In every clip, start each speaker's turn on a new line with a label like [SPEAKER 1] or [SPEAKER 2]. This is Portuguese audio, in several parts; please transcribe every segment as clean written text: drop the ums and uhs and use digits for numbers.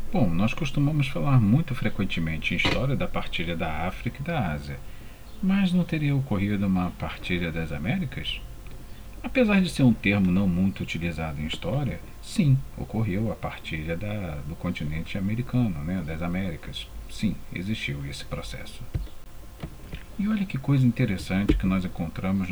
[SPEAKER 1] Bom, nós costumamos falar muito frequentemente em história da partilha da África e da Ásia, mas não teria ocorrido uma partilha das Américas? Apesar de ser um termo não muito utilizado em história, sim, ocorreu a partilha do continente americano, né, das Américas. Sim, existiu esse processo. E olha que coisa interessante que nós encontramos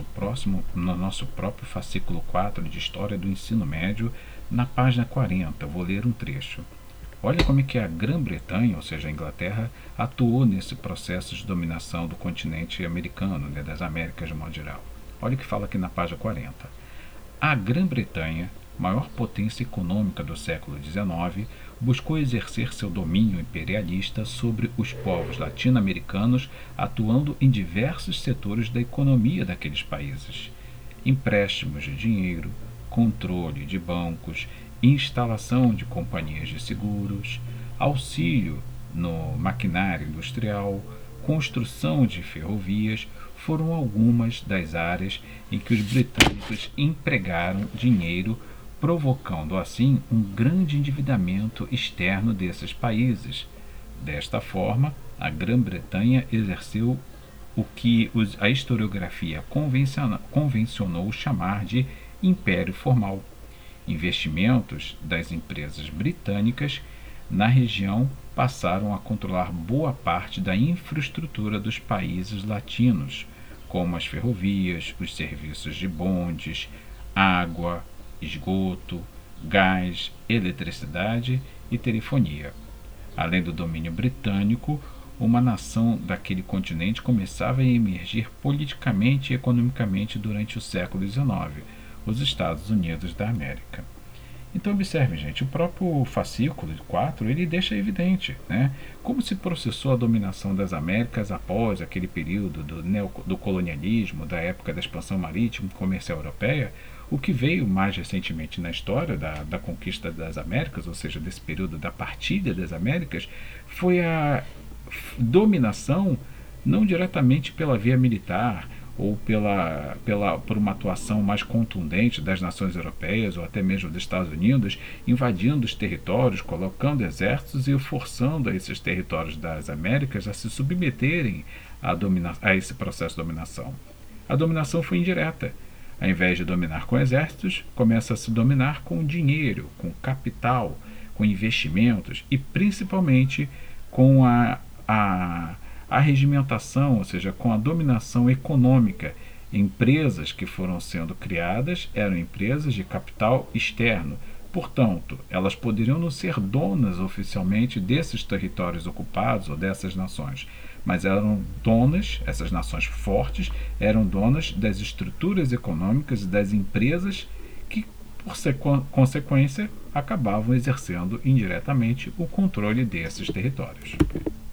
[SPEAKER 1] no nosso próprio fascículo 4 de História do Ensino Médio, na página 40. Vou ler um trecho. Olha como é que a Grã-Bretanha, ou seja, a Inglaterra, atuou nesse processo de dominação do continente americano, né, das Américas de modo geral. Olha o que fala aqui na página 40. A Grã-Bretanha, maior potência econômica do século XIX, buscou exercer seu domínio imperialista sobre os povos latino-americanos, atuando em diversos setores da economia daqueles países: empréstimos de dinheiro, controle de bancos, instalação de companhias de seguros, auxílio no maquinário industrial, construção de ferrovias foram algumas das áreas em que os britânicos empregaram dinheiro, provocando assim um grande endividamento externo desses países. Desta forma, a Grã-Bretanha exerceu o que a historiografia convencionou chamar de império formal. Investimentos das empresas britânicas na região passaram a controlar boa parte da infraestrutura dos países latinos, como as ferrovias, os serviços de bondes, água, esgoto, gás, eletricidade e telefonia. Além do domínio britânico, uma nação daquele continente começava a emergir politicamente e economicamente durante o século XIX, os Estados Unidos da América. Então observe, gente, o próprio fascículo 4 ele deixa evidente, né, como se processou a dominação das Américas após aquele período do colonialismo, da época da expansão marítima e comercial europeia. O que veio mais recentemente na história da conquista das Américas, ou seja, desse período da partilha das Américas, foi a dominação não diretamente pela via militar ou por uma atuação mais contundente das nações europeias ou até mesmo dos Estados Unidos, invadindo os territórios, colocando exércitos e forçando esses territórios das Américas a se submeterem a esse processo de dominação. A dominação foi indireta. Ao invés de dominar com exércitos, começa a se dominar com dinheiro, com capital, com investimentos e principalmente com a regimentação, ou seja, com a dominação econômica. Empresas que foram sendo criadas eram empresas de capital externo. Portanto, elas poderiam não ser donas oficialmente desses territórios ocupados ou dessas nações, mas eram donas, essas nações fortes, eram donas das estruturas econômicas e das empresas que, por consequência, acabavam exercendo indiretamente o controle desses territórios.